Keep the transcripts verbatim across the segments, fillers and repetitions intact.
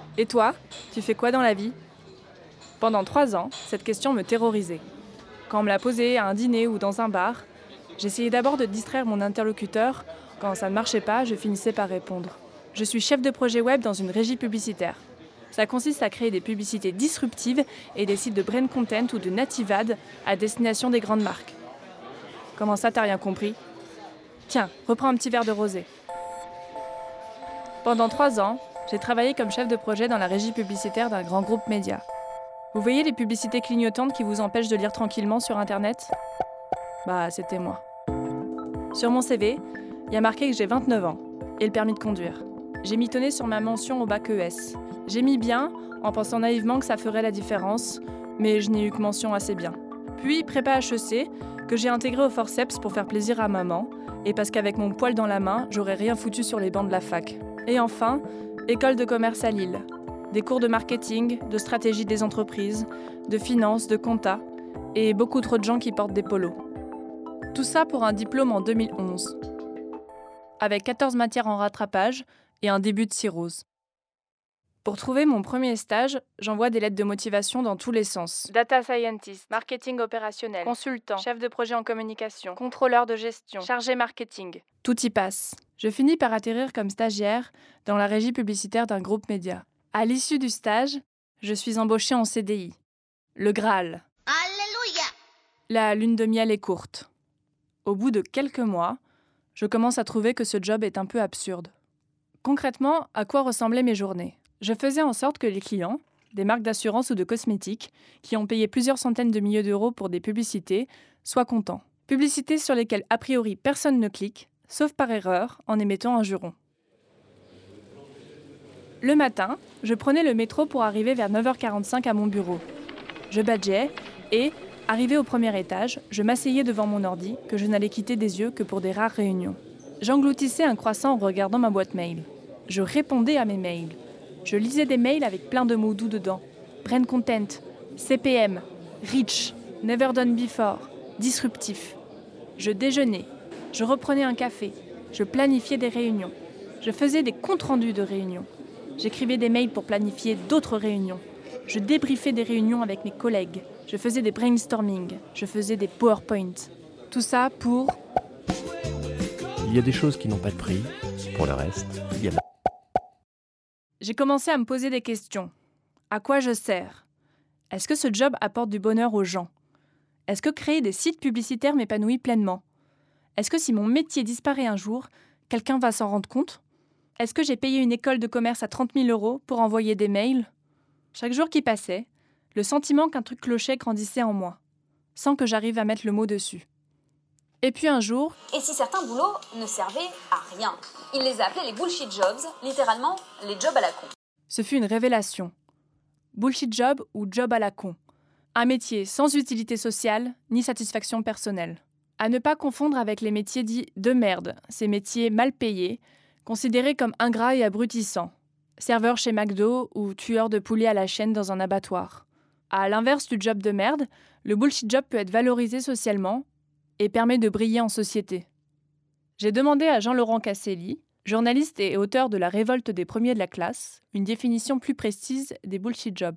Et toi, tu fais quoi dans la vie ? Pendant trois ans, cette question me terrorisait. Quand on me l'a posée à un dîner ou dans un bar, j'essayais d'abord de distraire mon interlocuteur. Quand ça ne marchait pas, je finissais par répondre. Je suis chef de projet web dans une régie publicitaire. Ça consiste à créer des publicités disruptives et des sites de brand content ou de native ad à destination des grandes marques. Comment ça, t'as rien compris ? Tiens, reprends un petit verre de rosé. Pendant trois ans, j'ai travaillé comme chef de projet dans la régie publicitaire d'un grand groupe média. Vous voyez les publicités clignotantes qui vous empêchent de lire tranquillement sur Internet ? Bah, c'était moi. Sur mon C V, il y a marqué que j'ai vingt-neuf ans et le permis de conduire. J'ai mitonné sur ma mention au bac E S. J'ai mis bien en pensant naïvement que ça ferait la différence, mais je n'ai eu que mention assez bien. Puis prépa H E C, que j'ai intégré au forceps pour faire plaisir à maman, et parce qu'avec mon poil dans la main, j'aurais rien foutu sur les bancs de la fac. Et enfin, école de commerce à Lille. Des cours de marketing, de stratégie des entreprises, de finance, de compta, et beaucoup trop de gens qui portent des polos. Tout ça pour un diplôme en deux mille onze, avec quatorze matières en rattrapage et un début de cirrhose. Pour trouver mon premier stage, j'envoie des lettres de motivation dans tous les sens. Data scientist, marketing opérationnel, consultant, chef de projet en communication, contrôleur de gestion, chargé marketing. Tout y passe. Je finis par atterrir comme stagiaire dans la régie publicitaire d'un groupe média. À l'issue du stage, je suis embauchée en C D I. Le Graal. Alléluia ! La lune de miel est courte. Au bout de quelques mois, je commence à trouver que ce job est un peu absurde. Concrètement, à quoi ressemblaient mes journées ? Je faisais en sorte que les clients, des marques d'assurance ou de cosmétiques, qui ont payé plusieurs centaines de milliers d'euros pour des publicités, soient contents. Publicités sur lesquelles, a priori, personne ne clique, sauf par erreur, en émettant un juron. Le matin, je prenais le métro pour arriver vers neuf heures quarante-cinq à mon bureau. Je badgeais et, arrivé au premier étage, je m'asseyais devant mon ordi, que je n'allais quitter des yeux que pour des rares réunions. J'engloutissais un croissant en regardant ma boîte mail. Je répondais à mes mails. Je lisais des mails avec plein de mots doux dedans. Brand content, C P M, rich, never done before, disruptif. Je déjeunais. Je reprenais un café. Je planifiais des réunions. Je faisais des comptes rendus de réunions. J'écrivais des mails pour planifier d'autres réunions. Je débriefais des réunions avec mes collègues. Je faisais des brainstorming. Je faisais des PowerPoint. Tout ça pour... Il y a des choses qui n'ont pas de prix. Pour le reste, il y a... J'ai commencé à me poser des questions. À quoi je sers ? Est-ce que ce job apporte du bonheur aux gens ? Est-ce que créer des sites publicitaires m'épanouit pleinement ? Est-ce que si mon métier disparaît un jour, quelqu'un va s'en rendre compte ? Est-ce que j'ai payé une école de commerce à trente mille euros pour envoyer des mails ? Chaque jour qui passait, le sentiment qu'un truc clochait grandissait en moi, sans que j'arrive à mettre le mot dessus. Et puis un jour... Et si certains boulots ne servaient à rien ? Ils les appelaient les bullshit jobs, littéralement les jobs à la con. Ce fut une révélation. Bullshit job ou job à la con. Un métier sans utilité sociale ni satisfaction personnelle. À ne pas confondre avec les métiers dits de merde, ces métiers mal payés, considérés comme ingrats et abrutissants. Serveur chez McDo ou tueur de poulets à la chaîne dans un abattoir. À l'inverse du job de merde, le bullshit job peut être valorisé socialement et permet de briller en société. J'ai demandé à Jean-Laurent Casselli, journaliste et auteur de La révolte des premiers de la classe, une définition plus précise des bullshit jobs.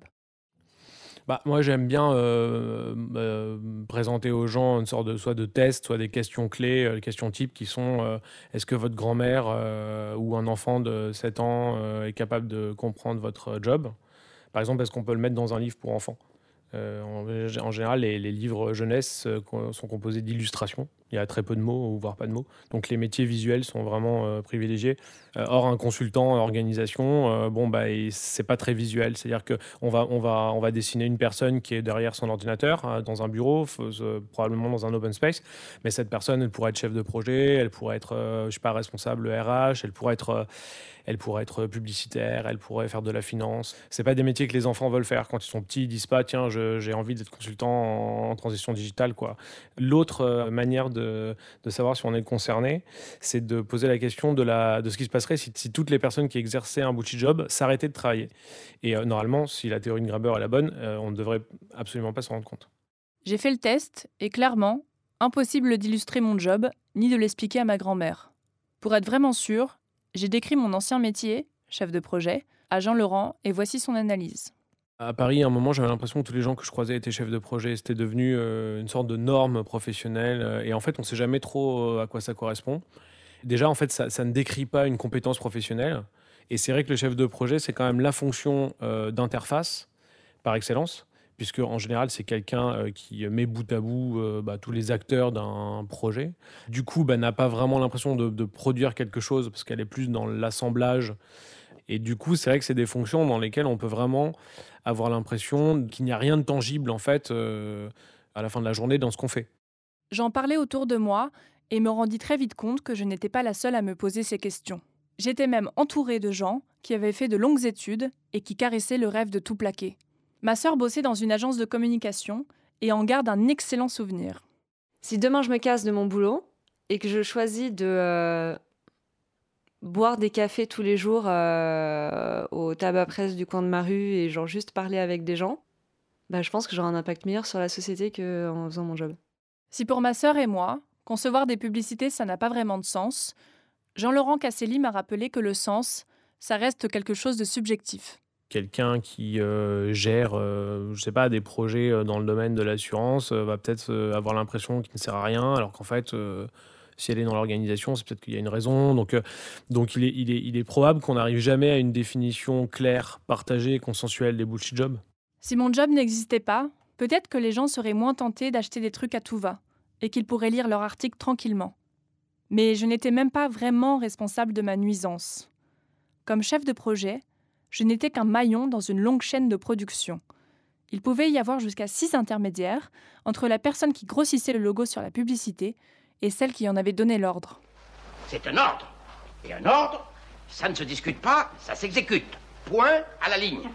Bah, moi, j'aime bien euh, euh, présenter aux gens une sorte de soit de test, soit des questions clés, euh, questions types qui sont euh, est-ce que votre grand-mère euh, ou un enfant de sept ans euh, est capable de comprendre votre job ? Par exemple, est-ce qu'on peut le mettre dans un livre pour enfants ? Euh, en, en général, les, les livres jeunesse euh, sont composés d'illustrations. Il y a très peu de mots, ou voire pas de mots. Donc les métiers visuels sont vraiment euh, privilégiés. Euh, or, un consultant en organisation, euh, bon, bah, c'est pas très visuel. C'est-à-dire qu'on va, on va, on va dessiner une personne qui est derrière son ordinateur, hein, dans un bureau, euh, probablement dans un open space. Mais cette personne, elle pourrait être chef de projet, elle pourrait être, euh, je sais pas, responsable R H, elle pourrait être... Euh, Elle pourrait être publicitaire, elle pourrait faire de la finance. C'est pas des métiers que les enfants veulent faire. Quand ils sont petits, ils disent pas tiens, je, j'ai envie d'être consultant en, en transition digitale, quoi. L'autre euh, manière de, de savoir si on est concerné, c'est de poser la question de, la, de ce qui se passerait si, si toutes les personnes qui exerçaient un bullshit job s'arrêtaient de travailler. Et euh, normalement, si la théorie de Graeber est la bonne, euh, on ne devrait absolument pas s'en rendre compte. J'ai fait le test et clairement, impossible d'illustrer mon job ni de l'expliquer à ma grand-mère. Pour être vraiment sûre, j'ai décrit mon ancien métier, chef de projet, à Jean Laurent et voici son analyse. À Paris, à un moment, j'avais l'impression que tous les gens que je croisais étaient chefs de projet. C'était devenu euh, une sorte de norme professionnelle. euh, Et en fait, on ne sait jamais trop euh, à quoi ça correspond. Déjà, en fait, ça, ça ne décrit pas une compétence professionnelle. Et c'est vrai que le chef de projet, c'est quand même la fonction euh, d'interface par excellence, puisque en général, c'est quelqu'un euh, qui met bout à bout euh, bah, tous les acteurs d'un projet. Du coup, bah, n'a pas vraiment l'impression de, de produire quelque chose, parce qu'elle est plus dans l'assemblage. Et du coup, c'est vrai que c'est des fonctions dans lesquelles on peut vraiment avoir l'impression qu'il n'y a rien de tangible, en fait, euh, à la fin de la journée dans ce qu'on fait. J'en parlais autour de moi et me rendis très vite compte que je n'étais pas la seule à me poser ces questions. J'étais même entourée de gens qui avaient fait de longues études et qui caressaient le rêve de tout plaquer. Ma sœur bossait dans une agence de communication et en garde un excellent souvenir. Si demain je me casse de mon boulot et que je choisis de euh, boire des cafés tous les jours euh, au tabac presse du coin de ma rue et genre juste parler avec des gens, bah, je pense que j'aurai un impact meilleur sur la société qu'en faisant mon job. Si pour ma sœur et moi, concevoir des publicités, ça n'a pas vraiment de sens, Jean-Laurent Casselli m'a rappelé que le sens, ça reste quelque chose de subjectif. Quelqu'un qui euh, gère, euh, je sais pas, des projets euh, dans le domaine de l'assurance euh, va peut-être euh, avoir l'impression qu'il ne sert à rien, alors qu'en fait, euh, si elle est dans l'organisation, c'est peut-être qu'il y a une raison. Donc, euh, donc il est, il est, il est probable qu'on n'arrive jamais à une définition claire, partagée, consensuelle des bullshit jobs. Si mon job n'existait pas, peut-être que les gens seraient moins tentés d'acheter des trucs à tout va et qu'ils pourraient lire leur article tranquillement. Mais je n'étais même pas vraiment responsable de ma nuisance. Comme chef de projet, je n'étais qu'un maillon dans une longue chaîne de production. Il pouvait y avoir jusqu'à six intermédiaires entre la personne qui grossissait le logo sur la publicité et celle qui en avait donné l'ordre. C'est un ordre. Et un ordre, ça ne se discute pas, ça s'exécute. Point à la ligne.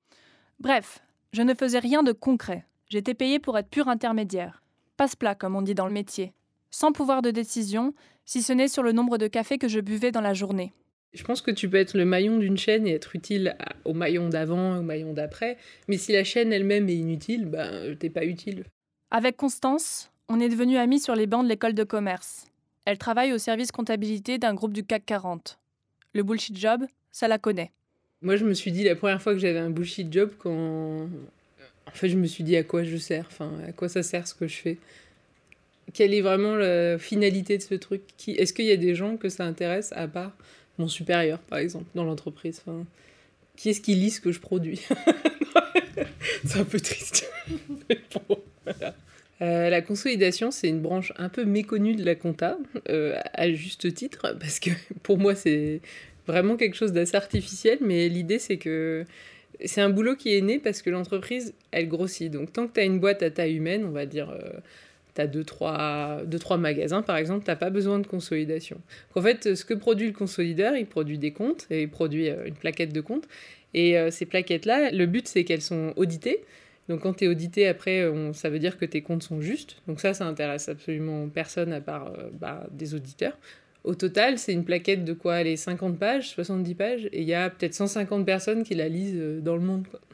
Bref, je ne faisais rien de concret. J'étais payée pour être pur intermédiaire. Passe-plat, comme on dit dans le métier. Sans pouvoir de décision, si ce n'est sur le nombre de cafés que je buvais dans la journée. Je pense que tu peux être le maillon d'une chaîne et être utile au maillon d'avant et au maillon d'après, mais si la chaîne elle-même est inutile, ben t'es pas utile. Avec Constance, on est devenus amis sur les bancs de l'école de commerce. Elle travaille au service comptabilité d'un groupe du C A C quarante. Le bullshit job, ça la connaît. Moi, je me suis dit la première fois que j'avais un bullshit job, quand... En fait, je me suis dit à quoi je sers, enfin, à quoi ça sert ce que je fais. Quelle est vraiment la finalité de ce truc? Qui... Est-ce qu'il y a des gens que ça intéresse à part mon supérieur, par exemple, dans l'entreprise? Enfin, qui est-ce qui lit ce que je produis? C'est un peu triste. Mais bon, voilà. Euh, la consolidation, c'est une branche un peu méconnue de la compta, euh, à juste titre, parce que pour moi, c'est vraiment quelque chose d'assez artificiel, mais l'idée, c'est que c'est un boulot qui est né parce que l'entreprise, elle grossit. Donc, tant que tu as une boîte à taille humaine, on va dire... Euh, tu as deux trois, deux, trois magasins, par exemple, tu n'as pas besoin de consolidation. En fait, ce que produit le consolideur, il produit des comptes, et il produit une plaquette de comptes. Et euh, ces plaquettes-là, le but, c'est qu'elles sont auditées. Donc, quand tu es audité, après, on, ça veut dire que tes comptes sont justes. Donc ça, ça intéresse absolument personne à part euh, bah, des auditeurs. Au total, c'est une plaquette de quoi? Les cinquante pages, soixante-dix pages, et il y a peut-être cent cinquante personnes qui la lisent dans le monde, quoi.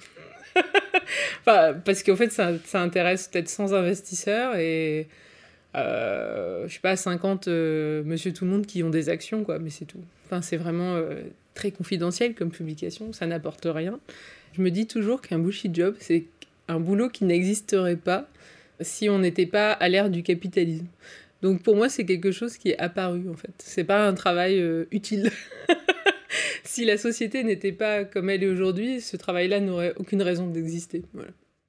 Enfin, parce qu'en fait, ça, ça intéresse peut-être cent investisseurs et, euh, je sais pas, cinquante euh, monsieur tout le monde qui ont des actions, quoi, mais c'est tout. Enfin, c'est vraiment euh, très confidentiel comme publication, ça n'apporte rien. Je me dis toujours qu'un bullshit job, c'est un boulot qui n'existerait pas si on n'était pas à l'ère du capitalisme. Donc pour moi, c'est quelque chose qui est apparu, en fait. C'est pas un travail euh, utile. Si la société n'était pas comme elle est aujourd'hui, ce travail-là n'aurait aucune raison d'exister. Voilà.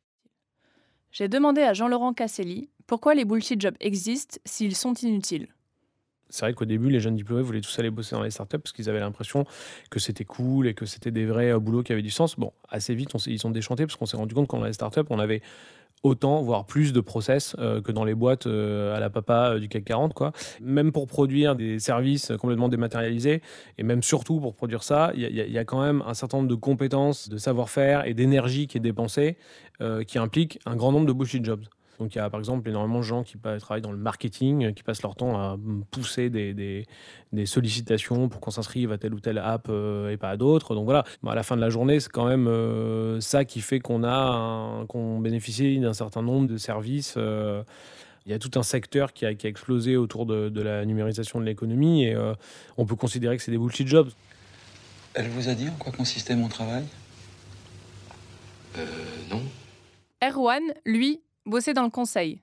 J'ai demandé à Jean-Laurent Casselli pourquoi les bullshit jobs existent s'ils sont inutiles. C'est vrai qu'au début, les jeunes diplômés voulaient tous aller bosser dans les startups parce qu'ils avaient l'impression que c'était cool et que c'était des vrais euh, boulots qui avaient du sens. Bon, assez vite, on s'est, ils sont déchantés parce qu'on s'est rendu compte qu'en dans les startups, on avait autant, voire plus de process euh, que dans les boîtes euh, à la papa euh, du C A C quarante, quoi. Même pour produire des services complètement dématérialisés, et même surtout pour produire ça, il y, y, y a quand même un certain nombre de compétences, de savoir-faire et d'énergie qui est dépensée, euh, qui implique un grand nombre de bullshit jobs. Donc il y a par exemple énormément de gens qui travaillent dans le marketing, qui passent leur temps à pousser des, des, des sollicitations pour qu'on s'inscrive à telle ou telle app euh, et pas à d'autres. Donc voilà, bon, à la fin de la journée, c'est quand même euh, ça qui fait qu'on, a un, qu'on bénéficie d'un certain nombre de services. Euh, il y a tout un secteur qui a, qui a explosé autour de, de la numérisation de l'économie et euh, on peut considérer que c'est des bullshit jobs. Elle vous a dit en quoi consistait mon travail ? Euh, non. Erwan, lui, bossait dans le conseil.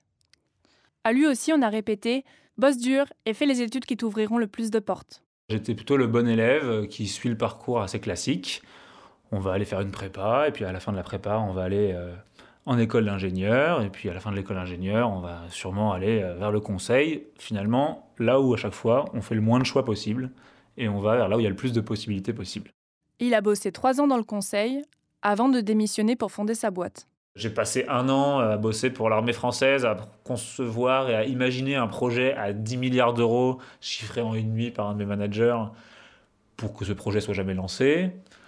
À lui aussi, on a répété « bosse dur et fais les études qui t'ouvriront le plus de portes ». J'étais plutôt le bon élève qui suit le parcours assez classique. On va aller faire une prépa, et puis à la fin de la prépa, on va aller euh, en école d'ingénieur, et puis à la fin de l'école d'ingénieur, on va sûrement aller euh, vers le conseil. Finalement, là où à chaque fois, on fait le moins de choix possible, et on va vers là où il y a le plus de possibilités possibles. Il a bossé trois ans dans le conseil avant de démissionner pour fonder sa boîte. J'ai passé un an à bosser pour l'armée française, à concevoir et à imaginer un projet à dix milliards d'euros, chiffré en une nuit par un de mes managers, pour que ce projet soit jamais lancé.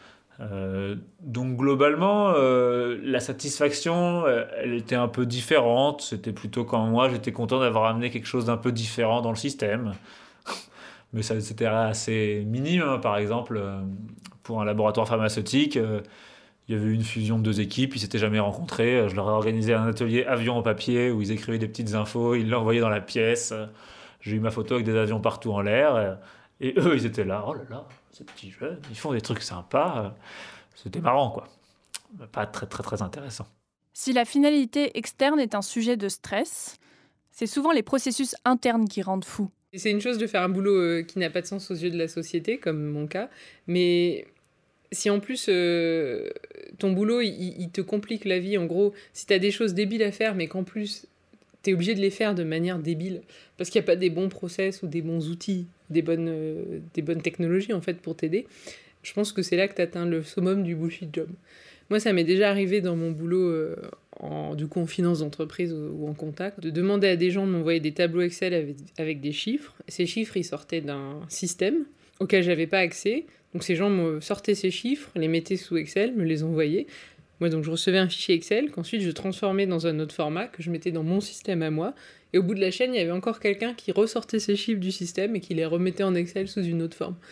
Euh, donc globalement, euh, la satisfaction, euh, elle était un peu différente. C'était plutôt quand moi, j'étais content d'avoir amené quelque chose d'un peu différent dans le système. Mais ça, c'était assez minime, hein. Par exemple, euh, pour un laboratoire pharmaceutique, euh, il y avait eu une fusion de deux équipes, ils s'étaient jamais rencontrés. Je leur ai organisé un atelier avion au papier où ils écrivaient des petites infos, ils l'envoyaient dans la pièce. J'ai eu ma photo avec des avions partout en l'air. Et eux, ils étaient là, oh là là, ces petits jeunes, ils font des trucs sympas. C'était marrant, quoi. Pas très, très, très intéressant. Si la finalité externe est un sujet de stress, c'est souvent les processus internes qui rendent fou. C'est une chose de faire un boulot euh, qui n'a pas de sens aux yeux de la société, comme mon cas, mais si en plus euh, ton boulot, il, il te complique la vie, en gros, si t'as des choses débiles à faire, mais qu'en plus t'es obligé de les faire de manière débile, parce qu'il n'y a pas des bons process ou des bons outils, des bonnes, euh, des bonnes technologies en fait pour t'aider, je pense que c'est là que t'atteins le summum du bullshit job. Moi, ça m'est déjà arrivé dans mon boulot, euh, en, du coup en finance d'entreprise ou, ou en contact, de demander à des gens de m'envoyer des tableaux Excel avec, avec des chiffres. Ces chiffres, ils sortaient d'un système auquel j'avais pas accès. Donc ces gens me sortaient ces chiffres, les mettaient sous Excel, me les envoyaient. Moi, donc je recevais un fichier Excel qu'ensuite je transformais dans un autre format que je mettais dans mon système à moi. Et au bout de la chaîne, il y avait encore quelqu'un qui ressortait ces chiffres du système et qui les remettait en Excel sous une autre forme.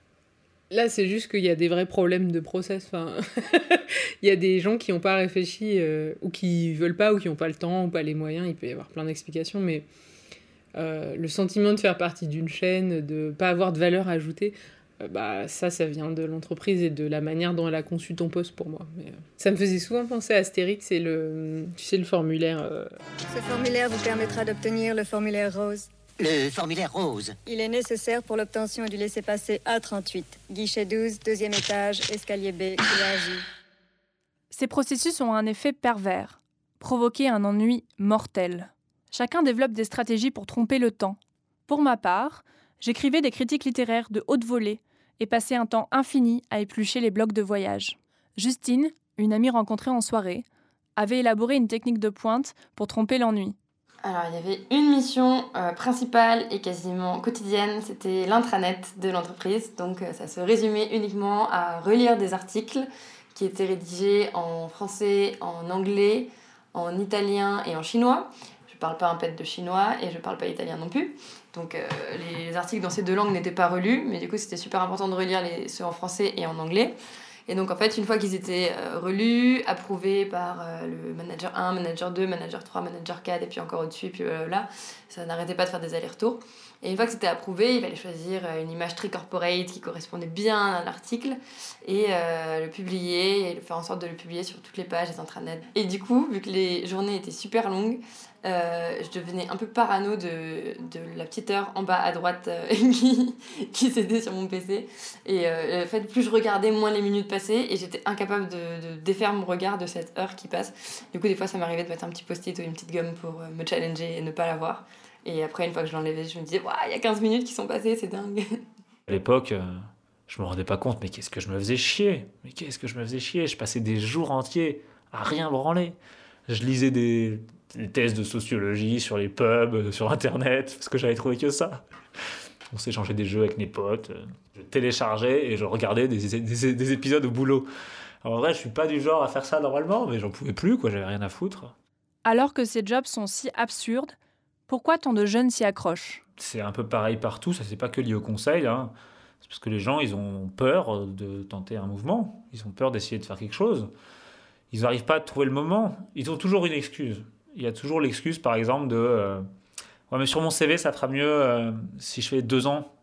Là, c'est juste qu'il y a des vrais problèmes de process. Enfin, il y a des gens qui n'ont pas réfléchi, euh, ou qui veulent pas, ou qui n'ont pas le temps, ou pas les moyens. Il peut y avoir plein d'explications, mais euh, le sentiment de faire partie d'une chaîne, de pas avoir de valeur ajoutée, euh, bah ça, ça vient de l'entreprise et de la manière dont elle a conçu ton poste pour moi. Mais, euh, ça me faisait souvent penser à Astérix et le, tu sais, le formulaire. Euh... Ce formulaire vous permettra d'obtenir le formulaire rose. Le formulaire rose. Il est nécessaire pour l'obtention du laissez-passer A trente-huit. Guichet douze, deuxième étage, escalier B, couloir J. Ces processus ont un effet pervers, provoquer un ennui mortel. Chacun développe des stratégies pour tromper le temps. Pour ma part, j'écrivais des critiques littéraires de haute volée et passais un temps infini à éplucher les blogs de voyage. Justine, une amie rencontrée en soirée, avait élaboré une technique de pointe pour tromper l'ennui. Alors, il y avait une mission euh, principale et quasiment quotidienne, c'était l'intranet de l'entreprise. Donc, euh, ça se résumait uniquement à relire des articles qui étaient rédigés en français, en anglais, en italien et en chinois. Je parle pas un pet de chinois et je parle pas italien non plus. Donc, euh, les articles dans ces deux langues n'étaient pas relus, mais du coup, c'était super important de relire les, ceux en français et en anglais. Et donc, en fait, une fois qu'ils étaient euh, relus, approuvés par euh, le manager un, manager deux, manager trois, manager quatre, et puis encore au-dessus, et puis là, ça n'arrêtait pas de faire des allers-retours. Et une fois que c'était approuvé, il fallait choisir une image très corporate qui correspondait bien à l'article et euh, le publier, et faire en sorte de le publier sur toutes les pages des intranets. Et du coup, vu que les journées étaient super longues, euh, je devenais un peu parano de, de la petite heure en bas à droite euh, qui, qui s'était sur mon P C. Et euh, en fait, plus je regardais, moins les minutes passaient, et j'étais incapable de, de défaire mon regard de cette heure qui passe. Du coup, des fois, ça m'arrivait de mettre un petit post-it ou une petite gomme pour euh, me challenger et ne pas la voir. Et après, une fois que je l'enlevais, je me disais, waouh, il y a quinze minutes qui sont passées, c'est dingue. À l'époque, euh, je me rendais pas compte, mais qu'est-ce que je me faisais chier Mais qu'est-ce que je me faisais chier Je passais des jours entiers à rien branler. Je lisais des, des thèses de sociologie sur les pubs, sur Internet, parce que j'avais trouvé que ça. On s'échangeait des jeux avec mes potes. Je téléchargeais et je regardais des, des, des épisodes au boulot. Alors, en vrai, je suis pas du genre à faire ça normalement, mais j'en pouvais plus, quoi, j'avais rien à foutre. Alors que ces jobs sont si absurdes, pourquoi tant de jeunes s'y accrochent ? C'est un peu pareil partout, ça c'est pas que lié au conseil, hein. C'est parce que les gens, ils ont peur de tenter un mouvement, ils ont peur d'essayer de faire quelque chose. Ils n'arrivent pas à trouver le moment, ils ont toujours une excuse. Il y a toujours l'excuse, par exemple, de euh, « Ouais, mais sur mon C V, ça fera mieux euh, si je fais deux ans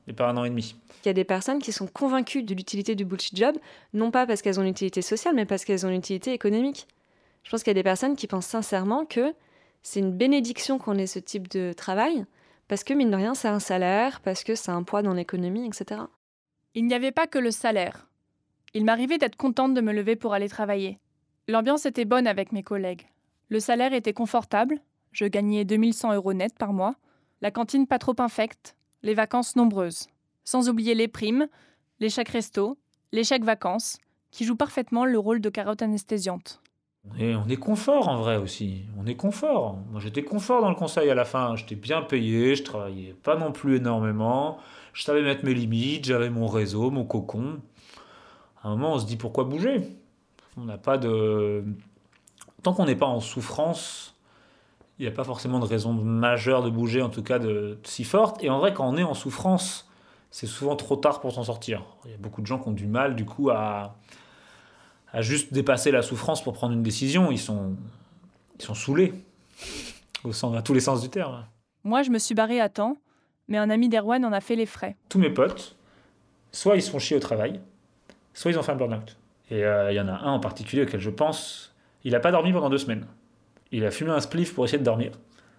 et pas un an et demi. Il y a des personnes qui sont convaincues de l'utilité du bullshit job, non pas parce qu'elles ont une utilité sociale, mais parce qu'elles ont une utilité économique. Je pense qu'il y a des personnes qui pensent sincèrement que c'est une bénédiction qu'on ait ce type de travail, parce que, mine de rien, c'est un salaire, parce que c'est un poids dans l'économie, et cetera. Il n'y avait pas que le salaire. Il m'arrivait d'être contente de me lever pour aller travailler. L'ambiance était bonne avec mes collègues. Le salaire était confortable, je gagnais deux mille cent euros net par mois, la cantine pas trop infecte, les vacances nombreuses. Sans oublier les primes, les chèques resto, les chèques vacances, qui jouent parfaitement le rôle de carotte anesthésiante. Et on est confort en vrai aussi, on est confort. Moi j'étais confort dans le conseil à la fin, j'étais bien payé, je travaillais pas non plus énormément, je savais mettre mes limites, j'avais mon réseau, mon cocon. À un moment on se dit pourquoi bouger ? On n'a pas de... Tant qu'on n'est pas en souffrance, il n'y a pas forcément de raison majeure de bouger, en tout cas de, de si forte. Et en vrai quand on est en souffrance, c'est souvent trop tard pour s'en sortir. Il y a beaucoup de gens qui ont du mal, du coup, à, à juste dépasser la souffrance pour prendre une décision. Ils sont, ils sont saoulés, au sens, à tous les sens du terme. Moi, je me suis barrée à temps, mais un ami d'Erwan en a fait les frais. Tous mes potes, soit ils se font chier au travail, soit ils ont fait un burn-out. Et il euh, y en a un en particulier auquel je pense, il n'a pas dormi pendant deux semaines. Il a fumé un spliff pour essayer de dormir.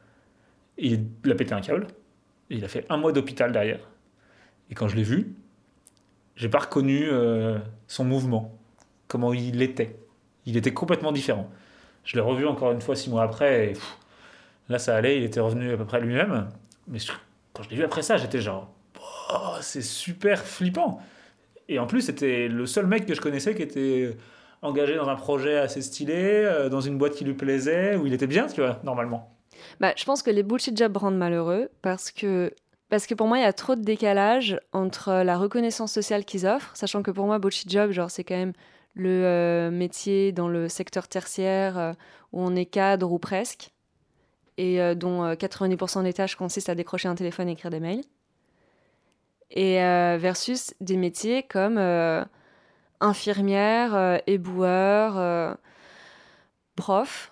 Il a pété un câble. Et il a fait un mois d'hôpital derrière. Et quand je l'ai vu, j'ai pas reconnu euh, son mouvement, comment il était. Il était complètement différent. Je l'ai revu encore une fois six mois après, et pff, là ça allait, il était revenu à peu près lui-même. Mais je, quand je l'ai vu après ça, j'étais genre, oh, c'est super flippant. Et en plus, c'était le seul mec que je connaissais qui était engagé dans un projet assez stylé, euh, dans une boîte qui lui plaisait, où il était bien, tu vois, normalement. Bah, je pense que les bullshit jobs rendent malheureux parce que Parce que pour moi, il y a trop de décalage entre la reconnaissance sociale qu'ils offrent, sachant que pour moi, bullshit job, genre, c'est quand même le euh, métier dans le secteur tertiaire euh, où on est cadre ou presque, et euh, dont euh, quatre-vingt-dix pour cent des tâches consistent à décrocher un téléphone et écrire des mails, et euh, versus des métiers comme euh, infirmière, euh, éboueur, euh, prof,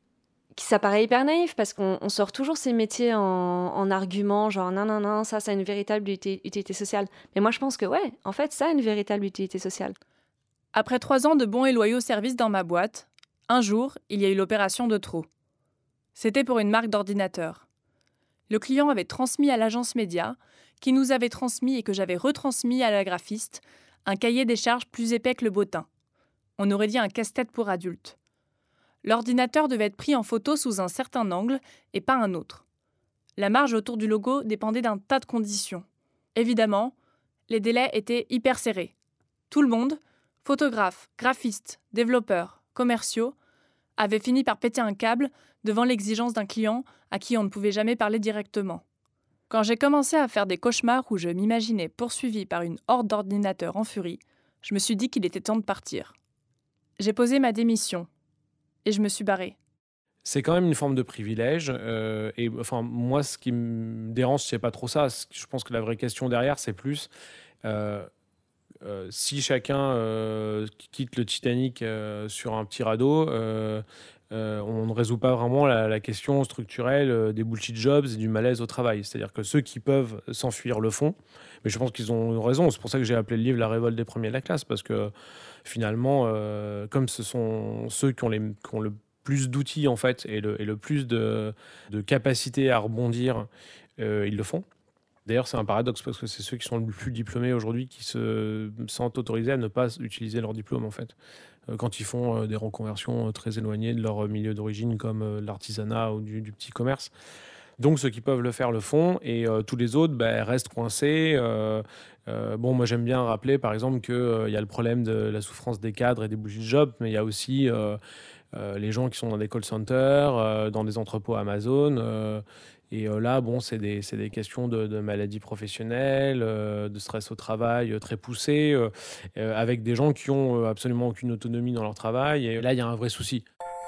ça paraît hyper naïf parce qu'on on sort toujours ces métiers en, en argument, genre non, non, non, ça, ça a une véritable utilité, utilité sociale. Mais moi, je pense que ouais, en fait, ça a une véritable utilité sociale. Après trois ans de bons et loyaux services dans ma boîte, un jour, il y a eu l'opération de trop. C'était pour une marque d'ordinateur. Le client avait transmis à l'agence média, qui nous avait transmis et que j'avais retransmis à la graphiste, un cahier des charges plus épais que le bottin. On aurait dit un casse-tête pour adultes. L'ordinateur devait être pris en photo sous un certain angle et pas un autre. La marge autour du logo dépendait d'un tas de conditions. Évidemment, les délais étaient hyper serrés. Tout le monde, photographes, graphistes, développeurs, commerciaux, avait fini par péter un câble devant l'exigence d'un client à qui on ne pouvait jamais parler directement. Quand j'ai commencé à faire des cauchemars où je m'imaginais poursuivi par une horde d'ordinateurs en furie, je me suis dit qu'il était temps de partir. J'ai posé ma démission. Et je me suis barrée. C'est quand même une forme de privilège. Euh, et enfin, moi, ce qui me dérange, c'est pas trop ça. Je pense que la vraie question derrière, c'est plus euh, euh, si chacun euh, quitte le Titanic euh, sur un petit radeau, euh, euh, on ne résout pas vraiment la, la question structurelle des bullshit jobs et du malaise au travail. C'est-à-dire que ceux qui peuvent s'enfuir le font. Mais je pense qu'ils ont raison. C'est pour ça que j'ai appelé le livre La révolte des premiers de la classe, parce que finalement, euh, comme ce sont ceux qui ont, les, qui ont le plus d'outils en fait, et, le, et le plus de, de capacité à rebondir, euh, ils le font. D'ailleurs, c'est un paradoxe, parce que c'est ceux qui sont le plus diplômés aujourd'hui qui se sentent autorisés à ne pas utiliser leur diplôme, en fait. Euh, quand ils font euh, des reconversions très éloignées de leur milieu d'origine, comme euh, l'artisanat ou du, du petit commerce. Donc, ceux qui peuvent le faire le font, et euh, tous les autres bah, restent coincés. Euh, euh, bon, moi, j'aime bien rappeler, par exemple, qu'il euh, y a le problème de la souffrance des cadres et des bullshit jobs, mais il y a aussi euh, euh, les gens qui sont dans des call centers, euh, dans des entrepôts Amazon. Euh, et euh, là, bon, c'est des, c'est des questions de, de maladies professionnelles, euh, de stress au travail euh, très poussé, euh, euh, avec des gens qui ont euh, absolument aucune autonomie dans leur travail. Et là, il y a un vrai souci.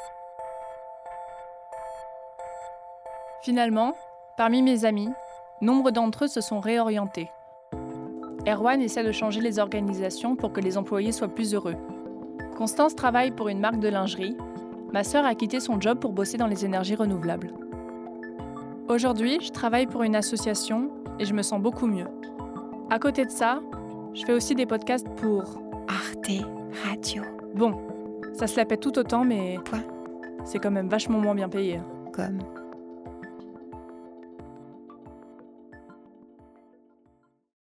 Finalement, parmi mes amis, nombre d'entre eux se sont réorientés. Erwan essaie de changer les organisations pour que les employés soient plus heureux. Constance travaille pour une marque de lingerie. Ma sœur a quitté son job pour bosser dans les énergies renouvelables. Aujourd'hui, je travaille pour une association et je me sens beaucoup mieux. À côté de ça, je fais aussi des podcasts pour Arte Radio. Bon, ça se la pète tout autant, mais Quoi c'est quand même vachement moins bien payé. Comme